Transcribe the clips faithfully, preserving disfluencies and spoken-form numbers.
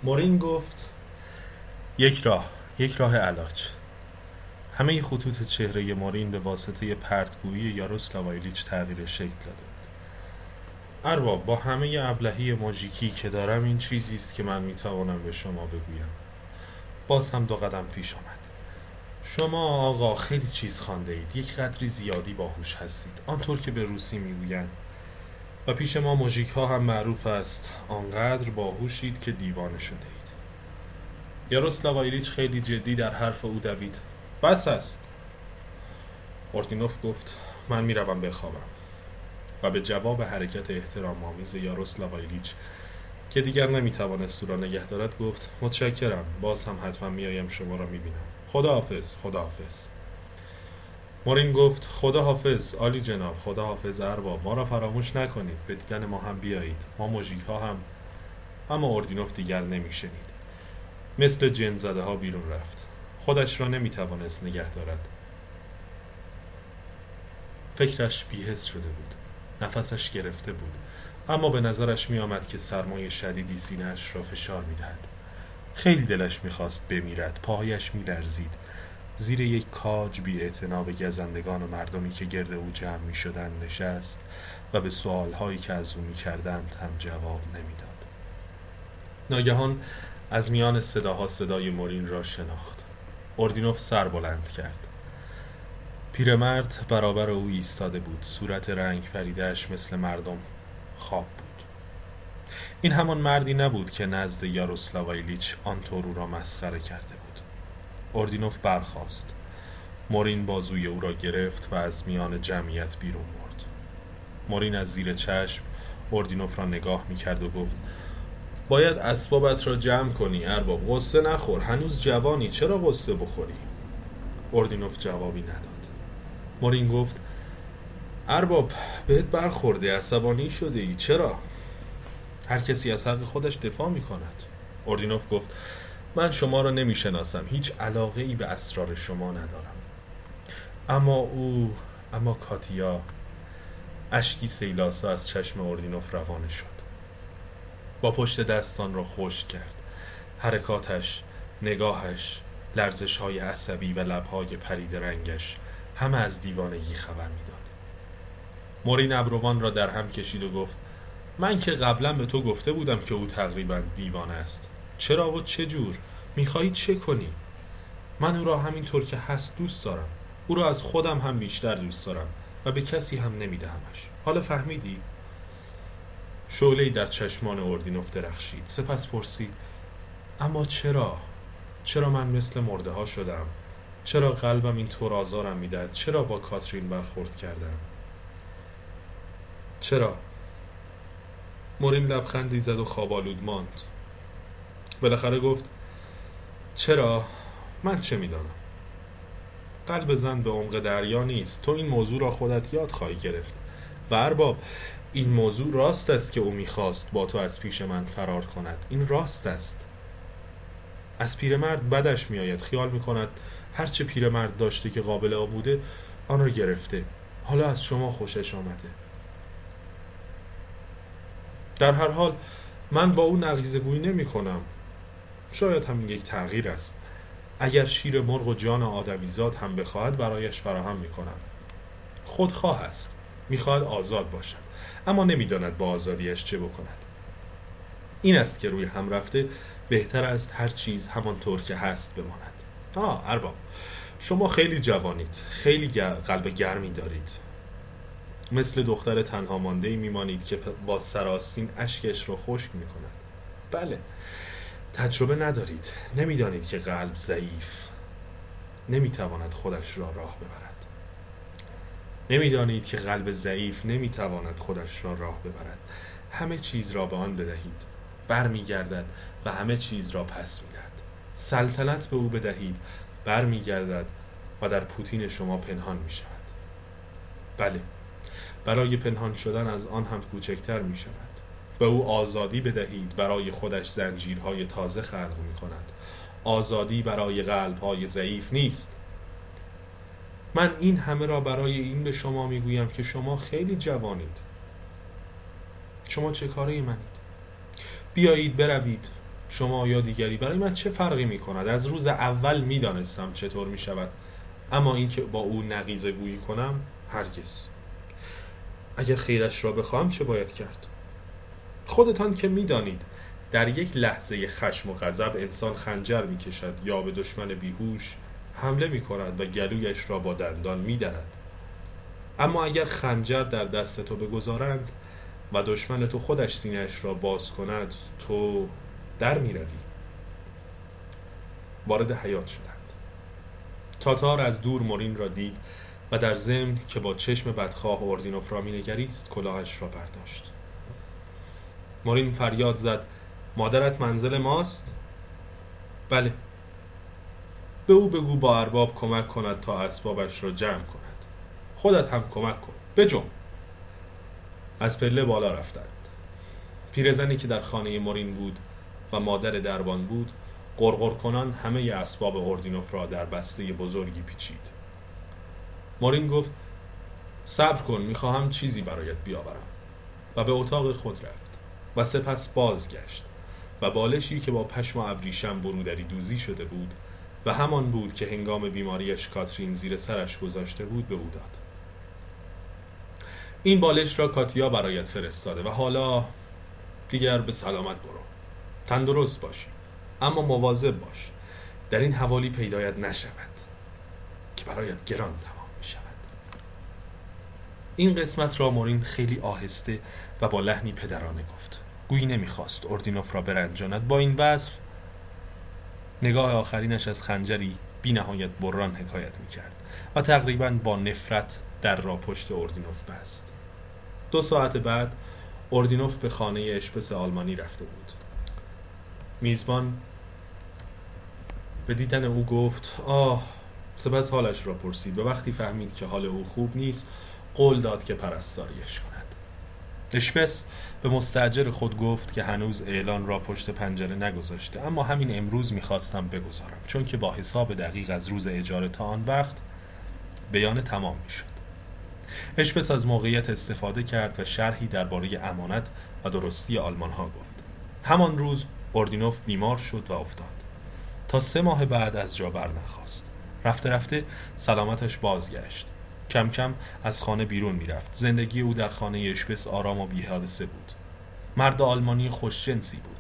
مورین گفت یک راه، یک راه علاج. همه خطوط چهره مورین به واسطه پرتگویی یاروسلاو آیلیچ تغییر شکل داده بود. ارباب، با همه ابلهی ماژیکی که دارم، این چیزی است که من میتوانم به شما بگویم. باز هم دو قدم پیش آمد. شما آقا خیلی چیز خوانده اید، یک قدری زیادی باهوش هستید، آنطور که به روسی میگویند، و پیش ما ماژیک ها هم معروف است آنقدر باهوشید که دیوانه شده اید. یاروسلاو آیلیچ خیلی جدی در حرف او دوید. بس است. اوردینوف گفت من میروم بخوابم. و به جواب حرکت احترام آمیز یاروسلاو آیلیچ که دیگر نمیتوانست او را نگه دارد گفت متشکرم، باز هم حتما میایم شما را میبینم. خداحافظ. خداحافظ. مورین گفت خداحافظ عالی جناب، خداحافظ ارباب، ما را فراموش نکنید، به دیدن ما هم بیایید، ما ماژیک ها هم. اما اوردینوف دیگر نمیشنید. مثل جن زده ها بیرون رفت. خودش را نمیتوانست نگه دارد. فکرش بی‌حس شده بود. نفسش گرفته بود. اما به نظرش می آمد که سرمای شدیدی سینه‌اش را فشار می دهد. خیلی دلش می خواست بمیرد. پاهایش می لرزید. زیر یک کاج بی اعتنا به گزندگان و مردمی که گرد او جمع می شدند نشست و به سؤالهایی که از او می کردند هم جواب نمی داد. ناگهان از میان صداها صدای مورین را شناخت. اوردینوف سر بلند کرد. پیرمرد برابر او ایستاده بود. صورت رنگ پریده‌اش مثل مردم خواب بود. این همان مردی نبود که نزد یاروسلاو آیلیچ آنطور او را مسخره کرده بود. اوردینوف برخاست. مورین بازوی او را گرفت و از میان جمعیت بیرون برد. مورین از زیر چشم اوردینوف را نگاه می‌کرد و گفت باید اسبابت را جمع کنی ارباب، غصه نخور، هنوز جوانی، چرا غصه بخوری؟ اوردینوف جوابی نداد. مورین گفت ارباب بهت برخورده، عصبانی شده ای، چرا؟ هر کسی از حق خودش دفاع می کند. اوردینوف گفت من شما را نمی شناسم، هیچ علاقه ای به اسرار شما ندارم. اما او اما کاتیا. اشکی سیلاسا از چشم اوردینوف روانه شد. با پشت دستان را خشک کرد. حرکاتش، نگاهش، لرزش‌های عصبی و لب‌های پرید رنگش همه از دیوانگی خبر می‌داد. مورین ابروان را در هم کشید و گفت من که قبلا به تو گفته بودم که او تقریبا دیوانه است. چرا و چه جور؟ می‌خواهی چه کنی؟ من او را همینطور که هست دوست دارم. او را از خودم هم بیشتر دوست دارم و به کسی هم نمی‌دهمش. حالا فهمیدی؟ شعله‌ای در چشمان اوردینوف درخشید. سپس پرسید اما چرا؟ چرا من مثل مرده ها شدم؟ چرا قلبم این طور آزارم میدهد؟ چرا با کاترین برخورد کردم؟ چرا؟ مورین لبخندی زد و خواب‌آلود ماند. بالاخره گفت چرا؟ من چه میدانم؟ قلب زن به عمق دریا نیست. تو این موضوع را خودت یاد خواهی گرفت. و ارباب این موضوع راست است که او میخواست با تو از پیش من فرار کند. این راست است. از پیرمرد بدش میآید. خیال میکند هرچه پیرمرد داشته که قابل آبوده آن را گرفته. حالا از شما خوشش آمده. در هر حال من با او نقیضه گویی نمی کنم. شاید همین یک تغییر است. اگر شیر مرغ و جان آدمیزاد هم بخواهد برایش فراهم می کنم. خودخواه است. میخواهد آزاد باشد. اما نمیداند با آزادیش چه بکند. این است که روی هم رفته بهتر است هر چیز همانطور که هست بماند. آه ارباب، شما خیلی جوانید، خیلی قلب گرمی دارید. مثل دختر تنها مانده‌ای میمانید که با سرآستین اشکش را خشک میکند. بله، تجربه ندارید. نمیدانید که قلب ضعیف نمیتواند خودش را راه ببرد. نمیدانید که قلب ضعیف نمیتواند خودش را راه ببرد. همه چیز را به آن بدهید، برمیگردد و همه چیز را پس میدهد. سلطنت به او بدهید، برمیگردد و در پوتین شما پنهان میشود. بله، برای پنهان شدن از آن هم کوچکتر میشود. به او آزادی بدهید، برای خودش زنجیرهای تازه خلق میکند. آزادی برای قلبهای ضعیف نیست. من این همه را برای این به شما میگویم که شما خیلی جوانید. شما چه کاره منید؟ بیایید بروید، شما یا دیگری برای من چه فرقی می کند؟ از روز اول می دانستم چطور می شود، اما اینکه با او نقیضه گویی کنم هرگز. اگر خیرش را بخواهم چه باید کرد؟ خودتان که می دانید در یک لحظه خشم و غضب انسان خنجر می کشد یا به دشمن بیهوش حمله می کند و گلویش را با دندان می درد. اما اگر خنجر در دست تو بگذارند و دشمن تو خودش سینه‌اش را باز کند، تو در می روی. وارد حیاط شدند. تاتار از دور مورین را دید و در ضمن که با چشم بدخواه اردینوف را می نگریست کلاهش را برداشت. مورین فریاد زد: مادرت منزل ماست؟ بله. به او بگو با ارباب کمک کند تا اسبابش را جمع کند. خودت هم کمک کن. بجم. از پله بالا رفتند. پیرزنی که در خانه مورین بود و مادر دربان بود غرغر کنان همه اسباب اردینوف را در بسته بزرگی پیچید. مورین گفت: صبر کن، میخواهم چیزی برایت بیاورم. و به اتاق خود رفت و سپس بازگشت و بالشی که با پشم و ابریشم برودری دوزی شده بود و همان بود که هنگام بیماریش کاترین زیر سرش گذاشته بود به او داد. این بالش را کاتیا برایت فرستاده و حالا دیگر به سلامت برو. تندرست باشی، اما مواظب باش در این حوالی پیدایت نشود که برایت گران تمام می شود. این قسمت را مورین خیلی آهسته و با لحنی پدرانه گفت، گویی نمیخواست اردینوف را برنجاند. با این وصف نگاه آخرینش از خنجری بی نهایت بران حکایت میکرد و تقریبا با نفرت در را پشت اردینوف بست. دو ساعت بعد اردینوف به خانه اشپس آلمانی رفته بود. میزبان به دیدن او گفت آه، سپس حالش را پرسید و وقتی فهمید که حال او خوب نیست قول داد که پرستاریش کند. اشپس به مستاجر خود گفت که هنوز اعلان را پشت پنجره نگذاشته، اما همین امروز میخواستم بگذارم، چون که با حساب دقیق از روز اجاره تا آن وقت بیان تمام میشد. اشپس از موقعیت استفاده کرد و شرحی درباره امانت و درستی آلمان ها گفت. همان روز اردینوف بیمار شد و افتاد. تا سه ماه بعد از جا بر نخاست. رفته رفته سلامتش بازگشت. کم کم از خانه بیرون می رفت. زندگی او در خانه اشپس آرام و بی حادثه بود. مرد آلمانی خوشجنسی بود.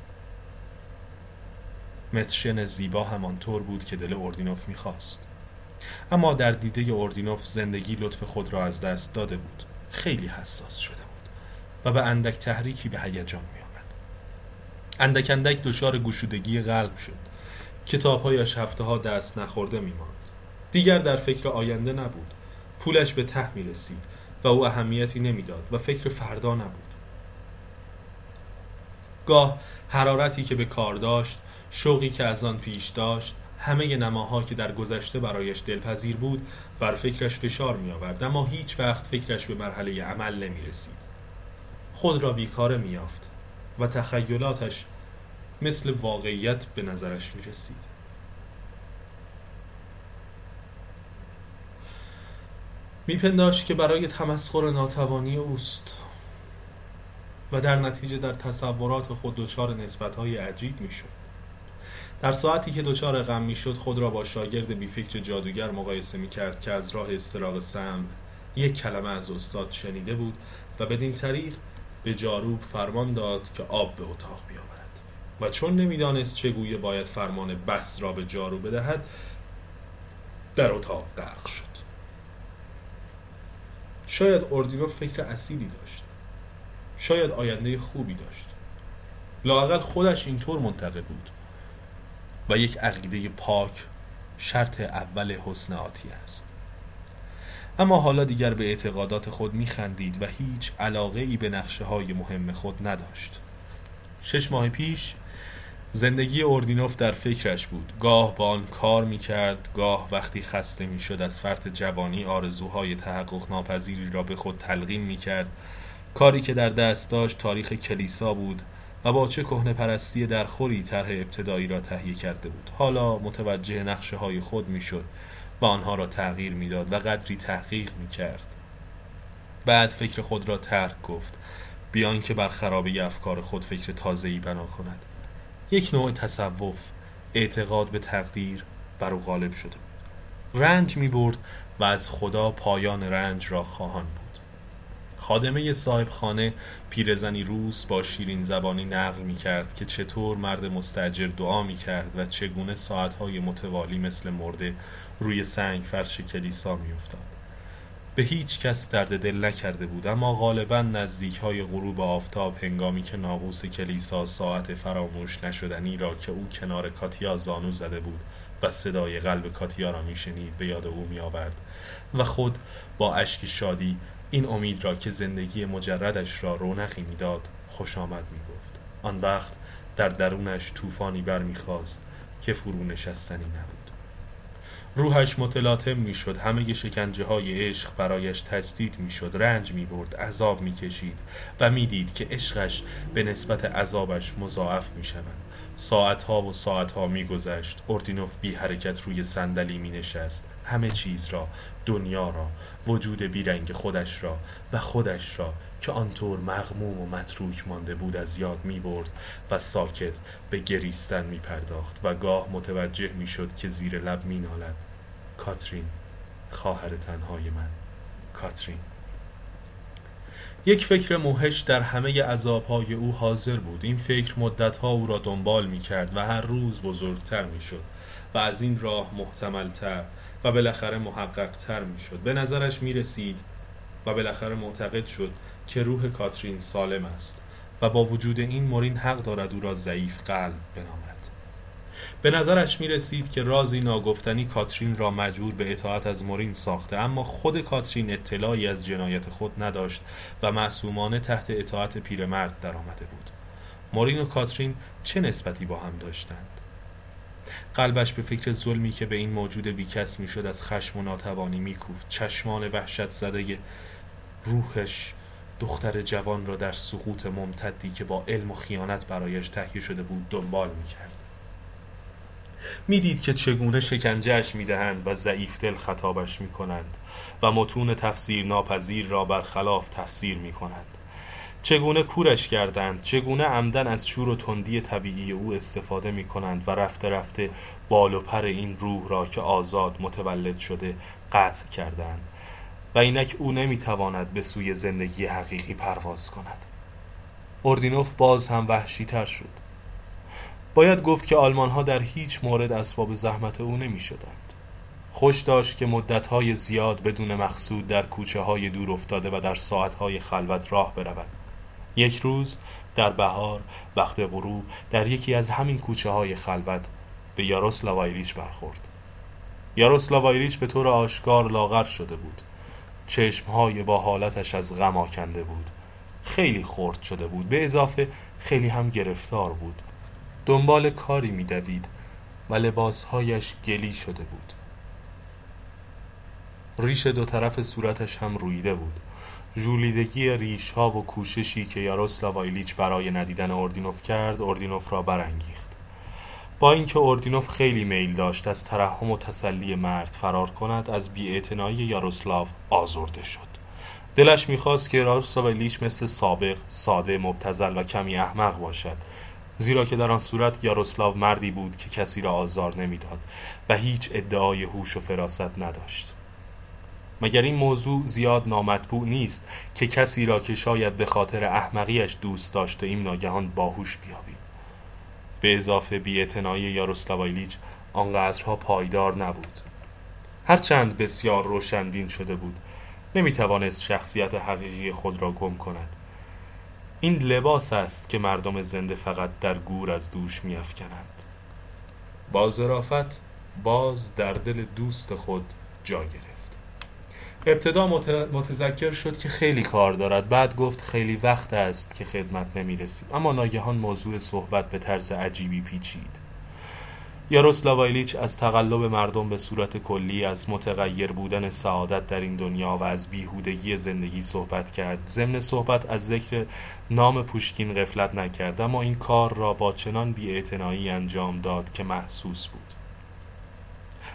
متشن زیبا همانطور بود که دل اردینوف می خواست. اما در دیده اردینوف زندگی لطف خود را از دست داده بود. خیلی حساس شده بود و به اندک تحریکی به هیجان می آمد. اندک اندک دچار گشودگی قلب شد. کتابهایش هفته ها دست نخورده می ماند. دیگر در فکر آینده نبود. پولش به ته می رسید و او اهمیتی نمی داد و فکر فردا نبود. گاه حرارتی که به کار داشت، شوقی که از آن پیش داشت، همه نماها که در گذشته برایش دلپذیر بود بر فکرش فشار می آورد، اما هیچ وقت فکرش به مرحله عمل نمی رسید. خود را بیکاره می یافت و تخیلاتش مثل واقعیت به نظرش می رسید. می پنداشت که برای تمسخر ناتوانی اوست و در نتیجه در تصورات خود دچار نسبت‌های عجیب می شد. در ساعتی که دچار غم می شد خود را با شاگرد بی فکر جادوگر مقایسه می کرد که از راه استراق سم یک کلمه از استاد شنیده بود و بدین طریق به جاروب فرمان داد که آب به اتاق بیاورد و چون نمیدانست چگونه باید فرمان بس را به جارو بدهد در اتاق غرق شد. شاید اردینوف فکر اصیلی داشت، شاید آینده خوبی داشت، لااقل خودش اینطور معتقد بود و یک عقیده پاک شرط اول حسن آتی است. اما حالا دیگر به اعتقادات خود می‌خندید و هیچ علاقه‌ای به نقشه‌های مهم خود نداشت. شش ماه پیش زندگی اردینوف در فکرش بود. گاه با آن کار می‌کرد، گاه وقتی خسته می‌شد از فرط جوانی آرزوهای تحقق ناپذیری را به خود تلقین می‌کرد. کاری که در دست داشت تاریخ کلیسا بود و با چه کهنه پرستی در خوری طرح ابتدایی را تهیه کرده بود. حالا متوجه نقشه های خود می شد و آنها را تغییر می داد و قدری تحقیق می کرد. بعد فکر خود را ترک گفت بیان که بر خرابه افکار خود فکر تازه‌ای بنا کند. یک نوع تصوف، اعتقاد به تقدیر بر او غالب شده بود. رنج می برد و از خدا پایان رنج را خواهان بود. خادمه صاحب خانه پیرزنی روس با شیرین زبانی نقل می کرد که چطور مرد مستاجر دعا می کرد و چگونه ساعتهای متوالی مثل مرده روی سنگ فرش کلیسا می افتاد. به هیچ کس درد دل نکرده بود، اما غالباً نزدیک های غروب آفتاب هنگامی که ناقوس کلیسا ساعت فراموش نشدنی را که او کنار کاتیا زانو زده بود و صدای قلب کاتیا را می شنید به یاد او می آورد و خود با اشک شادی این امید را که زندگی مجردش را رونقی می داد خوش آمد می گفت. آن وقت در درونش طوفانی بر می خواست که فرو نشستنی نبود. روحش متلاطم می شد، همه شکنجه های عشق برایش تجدید می شد، رنج می برد، عذاب می کشید و می دید که عشقش به نسبت عذابش مضاعف می شود. ساعتها و ساعتها می گذشت. اوردینوف بی حرکت روی صندلی می نشست، همه چیز را، دنیا را، وجود بیرنگ خودش را و خودش را که آنطور مغموم و متروک مانده بود از یاد می برد و ساکت به گریستن می پرداخت و گاه متوجه می شد که زیر لب می نالد: کاترین، خواهر تنهای من، کاترین. یک فکر موحش در همه عذابهای او حاضر بود. این فکر مدتها او را دنبال می کرد و هر روز بزرگتر می شد و از این راه محتملتر و بالاخره محققتر می شد. به نظرش می رسید و بالاخره معتقد شد که روح کاترین سالم است و با وجود این مورین حق دارد او را ضعیف قلب بنامد. به نظرش می رسید که رازی ناگفتنی کاترین را مجبور به اطاعت از مورین ساخته، اما خود کاترین اطلاعی از جنایت خود نداشت و معصومانه تحت اطاعت پیرمرد در آمده بود. مورین و کاترین چه نسبتی با هم داشتند؟ قلبش به فکر ظلمی که به این موجود بیکس می شد از خشم و ناتوانی می کوفت. چشمان وحشت زده روحش دختر جوان را در سقوط ممتدی که با علم و خیانت برایش تهیه شده بود دنبال می کرد. می دید که چگونه شکنجهش می دهند و ضعیف دل خطابش می کنند و متون تفسیر ناپذیر را برخلاف تفسیر می کنند. چگونه کورش کردند، چگونه عمدن از شور و تندی طبیعی او استفاده می کنند و رفته رفته بال و پر این روح را که آزاد متولد شده قطع کردند و اینک او نمی تواند به سوی زندگی حقیقی پرواز کند. اوردینوف باز هم وحشی تر شد. باید گفت که آلمان ها در هیچ مورد اسباب زحمت او نمی شدند. خوش داشت که مدتهای زیاد بدون مقصود در کوچه های دور افتاده و در ساعتهای خلوت راه برود. یک روز در بهار وقت غروب در یکی از همین کوچه های خلوت به یاروسلاو آیلیچ برخورد. یاروسلاو آیلیچ به طور آشکار لاغر شده بود. چشمهای با حالتش از غم آکنده بود. خیلی خرد شده بود، به اضافه خیلی هم گرفتار بود. دنبال کاری می‌دوید و لباسهایش گلی شده بود. ریش دو طرف صورتش هم رویده بود. ژولیدگی ریش‌ها و کوششی که یاروسلاو آیلیچ برای ندیدن اوردینوف کرد، اوردینوف را برانگیخت. با اینکه اوردینوف خیلی میل داشت از ترحم و تسلی مرد فرار کند، از بی‌اعتنایی یاروسلاو آزرده شد. دلش می‌خواست که یاروسلاو آیلیچ مثل سابق، ساده، مبتذل و کمی احمق باشد، زیرا که در آن صورت یاروسلاو مردی بود که کسی را آزار نمی‌داد و هیچ ادعای هوش و فراست نداشت. مگر این موضوع زیاد نامطبوع نیست که کسی را که شاید به خاطر احمقیش دوست داشته ایم ناگهان باهوش بیابیم؟ به اضافه بی‌اعتنایی یاروسلاو آیلیچ آنقدرها پایدار نبود. هرچند بسیار روشنبین شده بود، نمی‌توانست شخصیت حقیقی خود را گم کند. این لباس است که مردم زنده فقط در گور از دوش می‌افکنند. با ظرافت باز در دل دوست خود جا گرفت. ابتدا متذکر شد که خیلی کار دارد، بعد گفت خیلی وقت است که خدمت نمی‌رسید، اما ناگهان موضوع صحبت به طرز عجیبی پیچید. یاروسلاو آیلیچ از تقلب مردم به صورت کلی، از متغیر بودن سعادت در این دنیا و از بیهودگی زندگی صحبت کرد. ضمن صحبت از ذکر نام پوشکین غفلت نکرد، اما این کار را با چنان بی‌اعتنایی انجام داد که محسوس بود.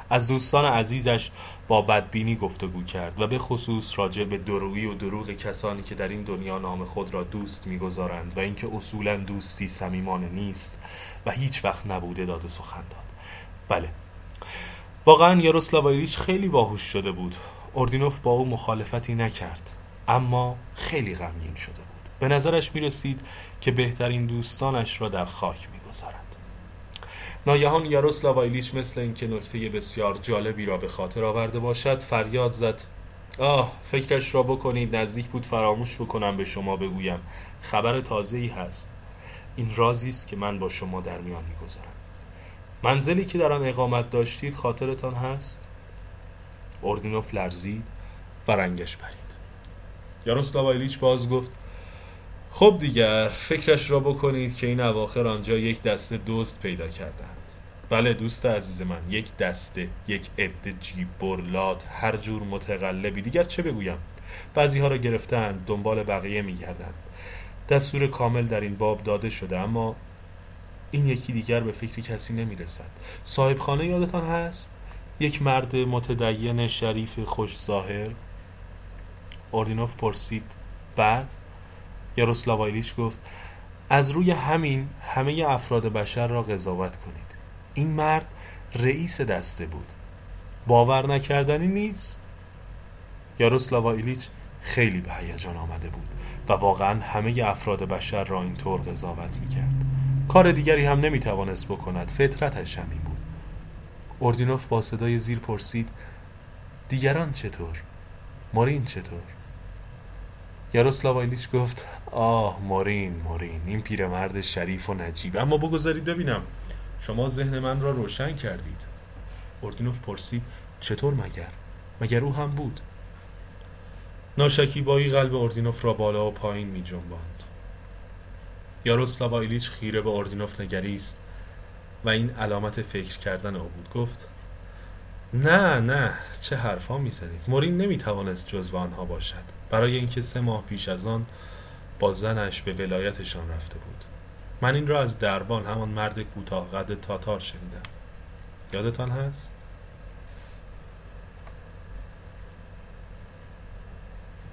از دوستان عزیزش با بدبینی گفتگو کرد و به خصوص راجع به دروغی و دروغ کسانی که در این دنیا نام خود را دوست می‌گذارند و اینکه اصولاً دوستی صمیمانه نیست و هیچ وقت نبوده داده سخن داد. بله، واقعاً یاروسلاو ایلیچ خیلی باهوش شده بود. اوردینوف با او مخالفتی نکرد، اما خیلی غمگین شده بود. به نظرش می‌رسید که بهترین دوستانش را در خاک می‌گذارد. ناگهان یاروسلاو ایلیچ مثل اینکه نکته بسیار جالبی را به خاطر آورده باشد فریاد زد: آه، فکرش را بکنید نزدیک بود فراموش بکنم به شما بگویم خبر تازه‌ای هست. این رازی است که من با شما در میان می‌گذارم. منزلی که در آن اقامت داشتید خاطرتان هست؟ اوردینوف لرزید و رنگش پرید. یاروسلاو ایلیچ باز گفت: خب دیگر فکرش را بکنید که این اواخر آنجا یک دسته دزد پیدا کردند. بله دوست عزیز من، یک دسته، یک عده جیب برلات، هر جور متقلبی، دیگر چه بگویم. بعضی ها را گرفتند، دنبال بقیه میگردند. دستور کامل در این باب داده شده، اما این یکی دیگر به فکر کسی نمیرسد. صاحب خانه یادتان هست؟ یک مرد متدین شریف خوش ظاهر. اوردینوف پرسید: بعد؟ یاروسلاو ایلیچ گفت: از روی همین همه افراد بشر را قضاوت کنید. این مرد رئیس دسته بود. باور نکردنی نیست؟ یاروسلاو ایلیچ خیلی به هیجان آمده بود و واقعا همه افراد بشر را اینطور قضاوت میکرد. کار دیگری هم نمیتوانست بکند، فطرتش همین بود. اوردینوف با صدای زیر پرسید: دیگران چطور؟ مورین چطور؟ یاروسلاو ایلیچ گفت: آه مورین مورین این پیرمرد شریف و نجیب. اما بگذارید ببینم، شما ذهن من را روشن کردید. اوردینوف پرسید: چطور مگر؟ مگر او هم بود؟ ناشکیبایی قلب اوردینوف را بالا و پایین می جنباند. یاروسلاو ایلیچ خیره به اوردینوف نگریست و این علامت فکر کردن او بود. گفت: نه نه، چه حرفا میزنید. مورین نمیتوانست جزو آنها باشد، برای اینکه سه ماه پیش از آن با زنش به ولایتشان رفته بود. من این را از دربان، همان مرد کوتاه قد تاتار، شنیدم. یادتان هست؟